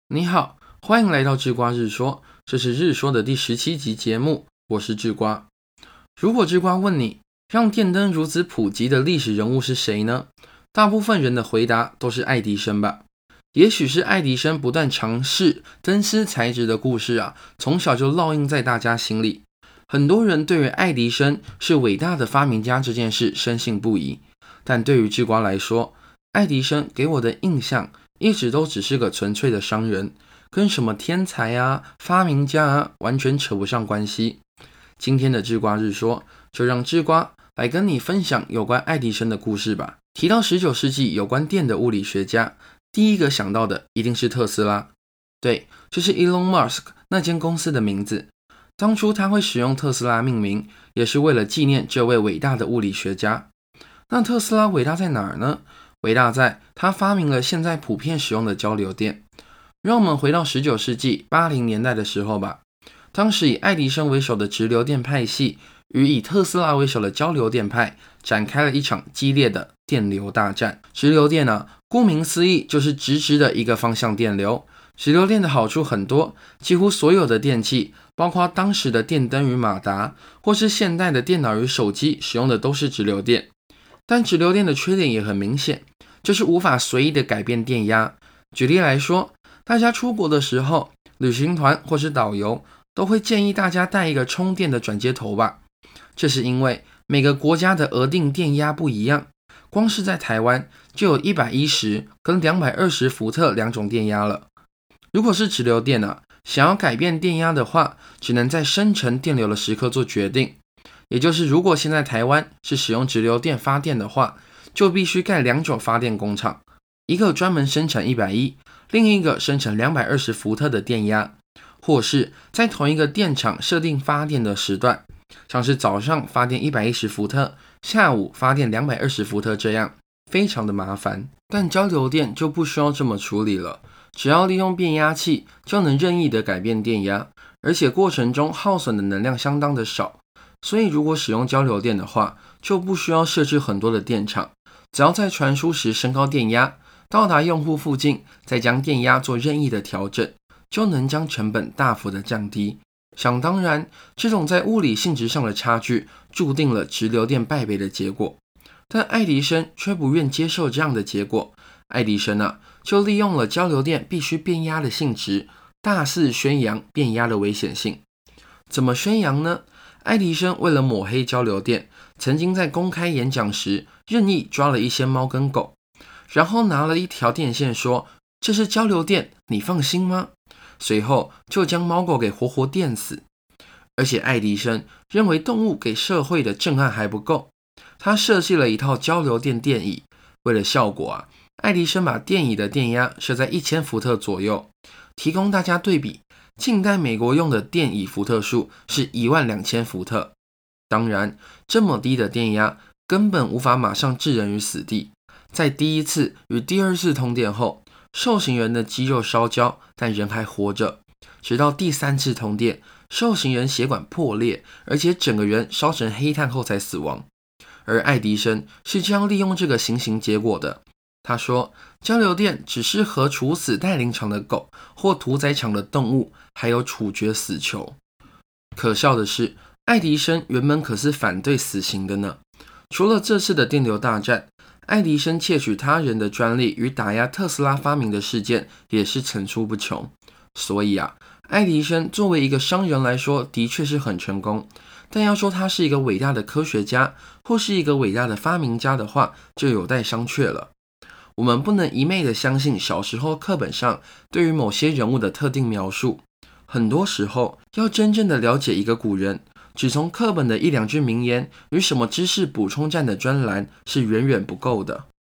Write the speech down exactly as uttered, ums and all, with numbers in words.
你好，欢迎来到智瓜日说，这是日说的第十七集节目，我是智瓜。如果智瓜问你，让电灯如此普及的历史人物是谁呢？大部分人的回答都是爱迪生吧。也许是爱迪生不断尝试灯丝材质的故事啊，从小就烙印在大家心里。很多人对于爱迪生是伟大的发明家这件事深信不疑，但对于智瓜来说，爱迪生给我的印象一直都只是个纯粹的商人，跟什么天才啊、发明家啊完全扯不上关系。今天的智瓜日说，就让智瓜来跟你分享有关爱迪生的故事吧。提到十九世纪有关电的物理学家，第一个想到的一定是特斯拉。对，就是 Elon Musk 那间公司的名字。当初他会使用特斯拉命名，也是为了纪念这位伟大的物理学家。那特斯拉伟大在哪儿呢？伟大在他发明了现在普遍使用的交流电。让我们回到十九世纪八零年代的时候吧，当时以爱迪生为首的直流电派系与以特斯拉为首的交流电派展开了一场激烈的电流大战。直流电啊，顾名思义就是直直的一个方向电流。直流电的好处很多，几乎所有的电器，包括当时的电灯与马达，或是现代的电脑与手机，使用的都是直流电。但直流电的缺点也很明显，就是无法随意的改变电压。举例来说，大家出国的时候，旅行团或是导游都会建议大家带一个充电的转接头吧。这是因为每个国家的额定电压不一样，光是在台湾就有一百一十跟两百二十伏特两种电压了。如果是直流电啊，想要改变电压的话，只能在生成电流的时刻做决定。也就是如果现在台湾是使用直流电发电的话，就必须盖两种发电工厂，一个专门生产一百一十，另一个生产两百二十伏特的电压，或是在同一个电厂设定发电的时段，像是早上发电一百一十伏特，下午发电两百二十伏特，这样非常的麻烦。但交流电就不需要这么处理了，只要利用变压器就能任意的改变电压，而且过程中耗损的能量相当的少。所以如果使用交流电的话，就不需要设置很多的电厂，只要在传输时升高电压，到达用户附近，再将电压做任意的调整，就能将成本大幅的降低。想当然，这种在物理性质上的差距，注定了直流电败北的结果。但爱迪生却不愿接受这样的结果。爱迪生啊，就利用了交流电必须变压的性质，大肆宣扬变压的危险性。怎么宣扬呢？爱迪生为了抹黑交流电，曾经在公开演讲时任意抓了一些猫跟狗，然后拿了一条电线说：“这是交流电，你放心吗？”随后就将猫狗给活活电死。而且爱迪生认为动物给社会的震撼还不够，他设计了一套交流电电椅。为了效果啊，爱迪生把电椅的电压设在一千伏特左右，提供大家对比。近代美国用的电椅伏特数是一万两千伏特，当然这么低的电压根本无法马上置人于死地。在第一次与第二次通电后，受刑人的肌肉烧焦，但人还活着。直到第三次通电，受刑人血管破裂，而且整个人烧成黑炭后才死亡。而爱迪生是这样利用这个行刑结果的。他说，交流电只适合处死带领场的狗或屠宰场的动物，还有处决死囚。可笑的是，爱迪生原本可是反对死刑的呢。除了这次的电流大战，爱迪生窃取他人的专利与打压特斯拉发明的事件也是层出不穷。所以啊，爱迪生作为一个商人来说，的确是很成功。但要说他是一个伟大的科学家，或是一个伟大的发明家的话，就有待商榷了。我们不能一昧的相信小时候课本上对于某些人物的特定描述。很多时候，要真正的了解一个古人，只从课本的一两句名言与什么知识补充站的专栏是远远不够的。